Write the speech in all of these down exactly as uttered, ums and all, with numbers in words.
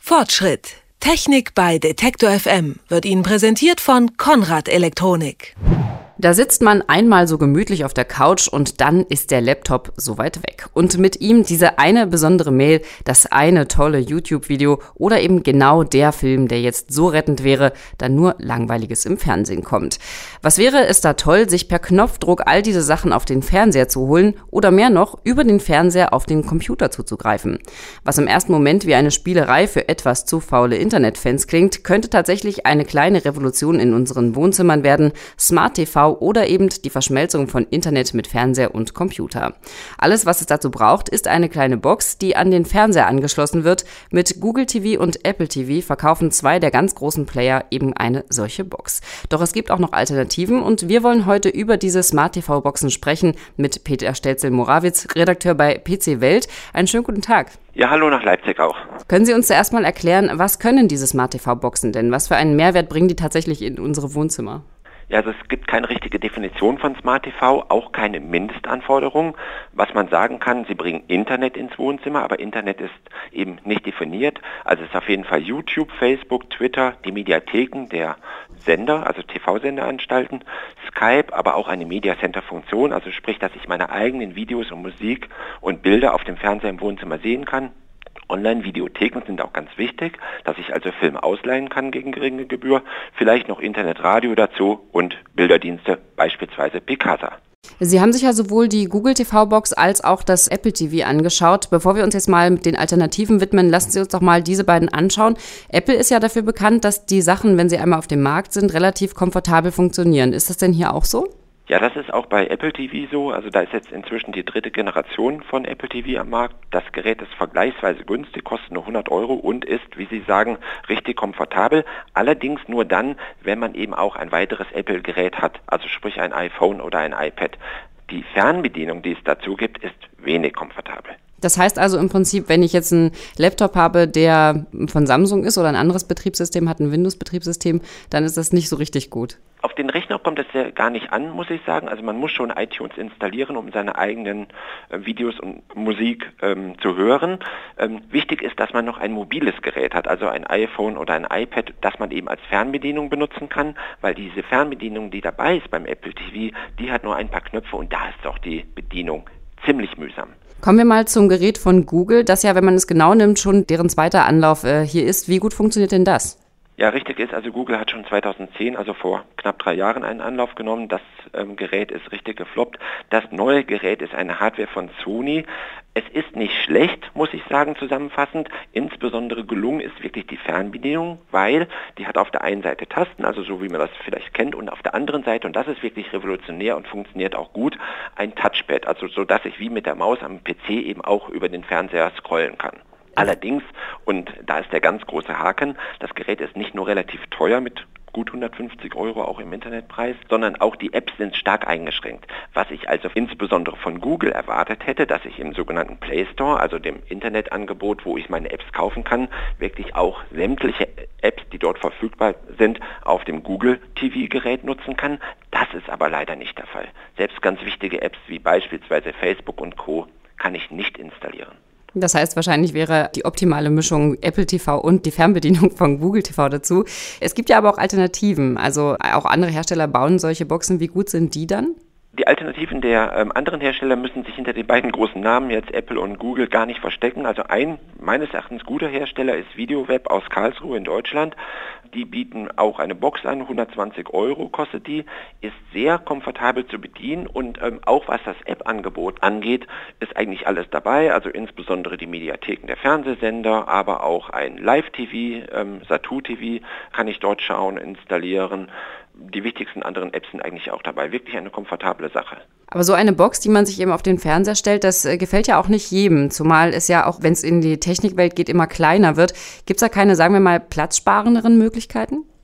Fortschritt. Technik bei Detektor F M wird Ihnen präsentiert von Konrad Elektronik. Da sitzt man einmal so gemütlich auf der Couch und dann ist der Laptop soweit weg. Und mit ihm diese eine besondere Mail, das eine tolle YouTube-Video oder eben genau der Film, der jetzt so rettend wäre, da nur Langweiliges im Fernsehen kommt. Was wäre es da toll, sich per Knopfdruck all diese Sachen auf den Fernseher zu holen oder mehr noch, über den Fernseher auf den Computer zuzugreifen? Was im ersten Moment wie eine Spielerei für etwas zu faule Internetfans klingt, könnte tatsächlich eine kleine Revolution in unseren Wohnzimmern werden. Smart T V oder eben die Verschmelzung von Internet mit Fernseher und Computer. Alles, was es dazu braucht, ist eine kleine Box, die an den Fernseher angeschlossen wird. Mit Google T V und Apple T V verkaufen zwei der ganz großen Player eben eine solche Box. Doch es gibt auch noch Alternativen und wir wollen heute über diese Smart T V-Boxen sprechen mit Peter Stelzel-Morawitz, Redakteur bei P C Welt. Einen schönen guten Tag. Ja, hallo nach Leipzig auch. Können Sie uns zuerst mal erklären, was können diese Smart T V-Boxen denn? Was für einen Mehrwert bringen die tatsächlich in unsere Wohnzimmer? Ja, also es gibt keine richtige Definition von Smart T V, auch keine Mindestanforderungen. Was man sagen kann, sie bringen Internet ins Wohnzimmer, aber Internet ist eben nicht definiert. Also es ist auf jeden Fall YouTube, Facebook, Twitter, die Mediatheken der Sender, also T V-Sendeanstalten, Skype, aber auch eine Media Center-Funktion, also sprich, dass ich meine eigenen Videos und Musik und Bilder auf dem Fernseher im Wohnzimmer sehen kann. Online-Videotheken sind auch ganz wichtig, dass ich also Filme ausleihen kann gegen geringe Gebühr, vielleicht noch Internetradio dazu und Bilderdienste, beispielsweise Picasa. Sie haben sich ja sowohl die Google T V-Box als auch das Apple T V angeschaut. Bevor wir uns jetzt mal mit den Alternativen widmen, lassen Sie uns doch mal diese beiden anschauen. Apple ist ja dafür bekannt, dass die Sachen, wenn sie einmal auf dem Markt sind, relativ komfortabel funktionieren. Ist das denn hier auch so? Ja, das ist auch bei Apple T V so. Also da ist jetzt inzwischen die dritte Generation von Apple T V am Markt. Das Gerät ist vergleichsweise günstig, kostet nur hundert Euro und ist, wie Sie sagen, richtig komfortabel. Allerdings nur dann, wenn man eben auch ein weiteres Apple-Gerät hat, also sprich ein iPhone oder ein iPad. Die Fernbedienung, die es dazu gibt, ist wenig komfortabel. Das heißt also im Prinzip, wenn ich jetzt einen Laptop habe, der von Samsung ist oder ein anderes Betriebssystem hat, ein Windows-Betriebssystem, dann ist das nicht so richtig gut. Auf den Rechner kommt es ja gar nicht an, muss ich sagen. Also man muss schon iTunes installieren, um seine eigenen äh, Videos und Musik ähm, zu hören. Ähm, wichtig ist, dass man noch ein mobiles Gerät hat, also ein iPhone oder ein iPad, das man eben als Fernbedienung benutzen kann, weil diese Fernbedienung, die dabei ist beim Apple T V, die hat nur ein paar Knöpfe und da ist auch die Bedienung ziemlich mühsam. Kommen wir mal zum Gerät von Google, das ja, wenn man es genau nimmt, schon deren zweiter Anlauf äh, hier ist. Wie gut funktioniert denn das? Ja, richtig ist, also Google hat schon zweitausendzehn, also vor knapp drei Jahren, einen Anlauf genommen. Das ähm, Gerät ist richtig gefloppt. Das neue Gerät ist eine Hardware von Sony. Es ist nicht schlecht, muss ich sagen, zusammenfassend. Insbesondere gelungen ist wirklich die Fernbedienung, weil die hat auf der einen Seite Tasten, also so wie man das vielleicht kennt, und auf der anderen Seite, und das ist wirklich revolutionär und funktioniert auch gut, ein Touchpad, also so, dass ich wie mit der Maus am P C eben auch über den Fernseher scrollen kann. Allerdings, und da ist der ganz große Haken, das Gerät ist nicht nur relativ teuer mit gut hundertfünfzig Euro auch im Internetpreis, sondern auch die Apps sind stark eingeschränkt. Was ich also insbesondere von Google erwartet hätte, dass ich im sogenannten Play Store, also dem Internetangebot, wo ich meine Apps kaufen kann, wirklich auch sämtliche Apps, die dort verfügbar sind, auf dem Google T V-Gerät nutzen kann. Das ist aber leider nicht der Fall. Selbst ganz wichtige Apps wie beispielsweise Facebook und Co. kann ich nicht installieren. Das heißt, wahrscheinlich wäre die optimale Mischung Apple T V und die Fernbedienung von Google T V dazu. Es gibt ja aber auch Alternativen. Also auch andere Hersteller bauen solche Boxen. Wie gut sind die dann? Die Alternativen der ähm, anderen Hersteller müssen sich hinter den beiden großen Namen, jetzt Apple und Google, gar nicht verstecken. Also ein meines Erachtens guter Hersteller ist VideoWeb aus Karlsruhe in Deutschland. Die bieten auch eine Box an, hundertzwanzig Euro kostet die, ist sehr komfortabel zu bedienen und ähm, auch was das App-Angebot angeht, ist eigentlich alles dabei, also insbesondere die Mediatheken der Fernsehsender, aber auch ein Live-T V, ähm, Satu T V kann ich dort schauen, installieren. Die wichtigsten anderen Apps sind eigentlich auch dabei. Wirklich eine komfortable Sache. Aber so eine Box, die man sich eben auf den Fernseher stellt, das äh, gefällt ja auch nicht jedem. Zumal es ja auch, wenn es in die Technikwelt geht, immer kleiner wird. Gibt es da keine, sagen wir mal, platzsparenderen Möglichkeiten?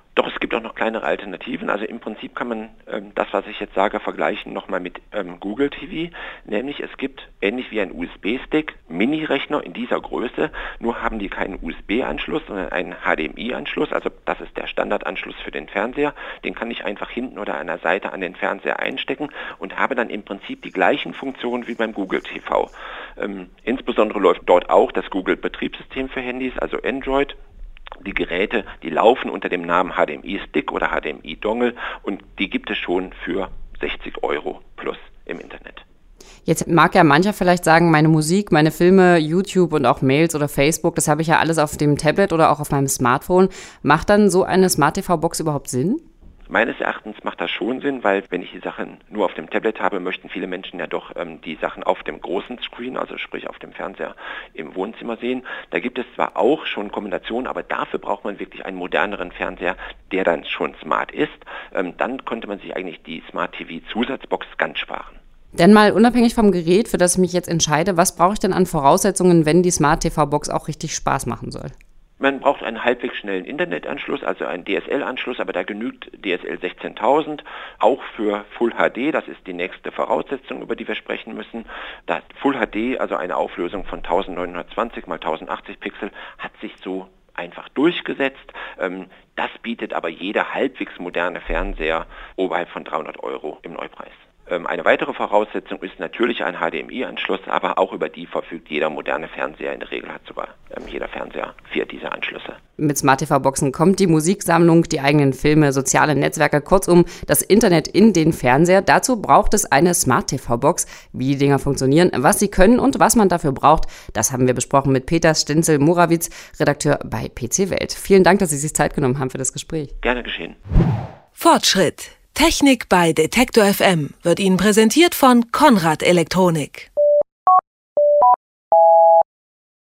Doch, es gibt auch noch kleinere Alternativen. Also im Prinzip kann man ähm, das, was ich jetzt sage, vergleichen nochmal mit ähm, Google T V. Nämlich es gibt, ähnlich wie ein U S B-Stick, Mini-Rechner in dieser Größe. Nur haben die keinen U S B-Anschluss, sondern einen H D M I-Anschluss. Also das ist der Standardanschluss für den Fernseher. Den kann ich einfach hinten oder an der Seite an den Fernseher einstecken und habe dann im Prinzip die gleichen Funktionen wie beim Google T V. Ähm, insbesondere läuft dort auch das Google-Betriebssystem für Handys, also Android. Die Geräte, die laufen unter dem Namen H D M I-Stick oder H D M I-Dongle und die gibt es schon für sechzig Euro plus im Internet. Jetzt mag ja mancher vielleicht sagen, meine Musik, meine Filme, YouTube und auch Mails oder Facebook, das habe ich ja alles auf dem Tablet oder auch auf meinem Smartphone. Macht dann so eine Smart-T V-Box überhaupt Sinn? Meines Erachtens macht das schon Sinn, weil wenn ich die Sachen nur auf dem Tablet habe, möchten viele Menschen ja doch ähm, die Sachen auf dem großen Screen, also sprich auf dem Fernseher im Wohnzimmer sehen. Da gibt es zwar auch schon Kombinationen, aber dafür braucht man wirklich einen moderneren Fernseher, der dann schon smart ist. Ähm, dann könnte man sich eigentlich die Smart-T V-Zusatzbox ganz sparen. Denn mal unabhängig vom Gerät, für das ich mich jetzt entscheide, was brauche ich denn an Voraussetzungen, wenn die Smart-T V-Box auch richtig Spaß machen soll? Man braucht einen halbwegs schnellen Internetanschluss, also einen D S L-Anschluss, aber da genügt D S L sechzehntausend, auch für Full H D, das ist die nächste Voraussetzung, über die wir sprechen müssen. Das Full H D, also eine Auflösung von neunzehnhundertzwanzig mal tausendachtzig Pixel, hat sich so einfach durchgesetzt. Das bietet aber jeder halbwegs moderne Fernseher oberhalb von dreihundert Euro im Neupreis. Eine weitere Voraussetzung ist natürlich ein H D M I-Anschluss, aber auch über die verfügt jeder moderne Fernseher. In der Regel hat sogar ähm, jeder Fernseher vier dieser Anschlüsse. Mit Smart-T V-Boxen kommt die Musiksammlung, die eigenen Filme, soziale Netzwerke, kurzum das Internet in den Fernseher. Dazu braucht es eine Smart-T V-Box. Wie die Dinger funktionieren, was sie können und was man dafür braucht, das haben wir besprochen mit Peter Stenzel-Morawitz, Redakteur bei P C Welt. Vielen Dank, dass Sie sich Zeit genommen haben für das Gespräch. Gerne geschehen. Fortschritt. Technik bei Detektor F M wird Ihnen präsentiert von Konrad Elektronik.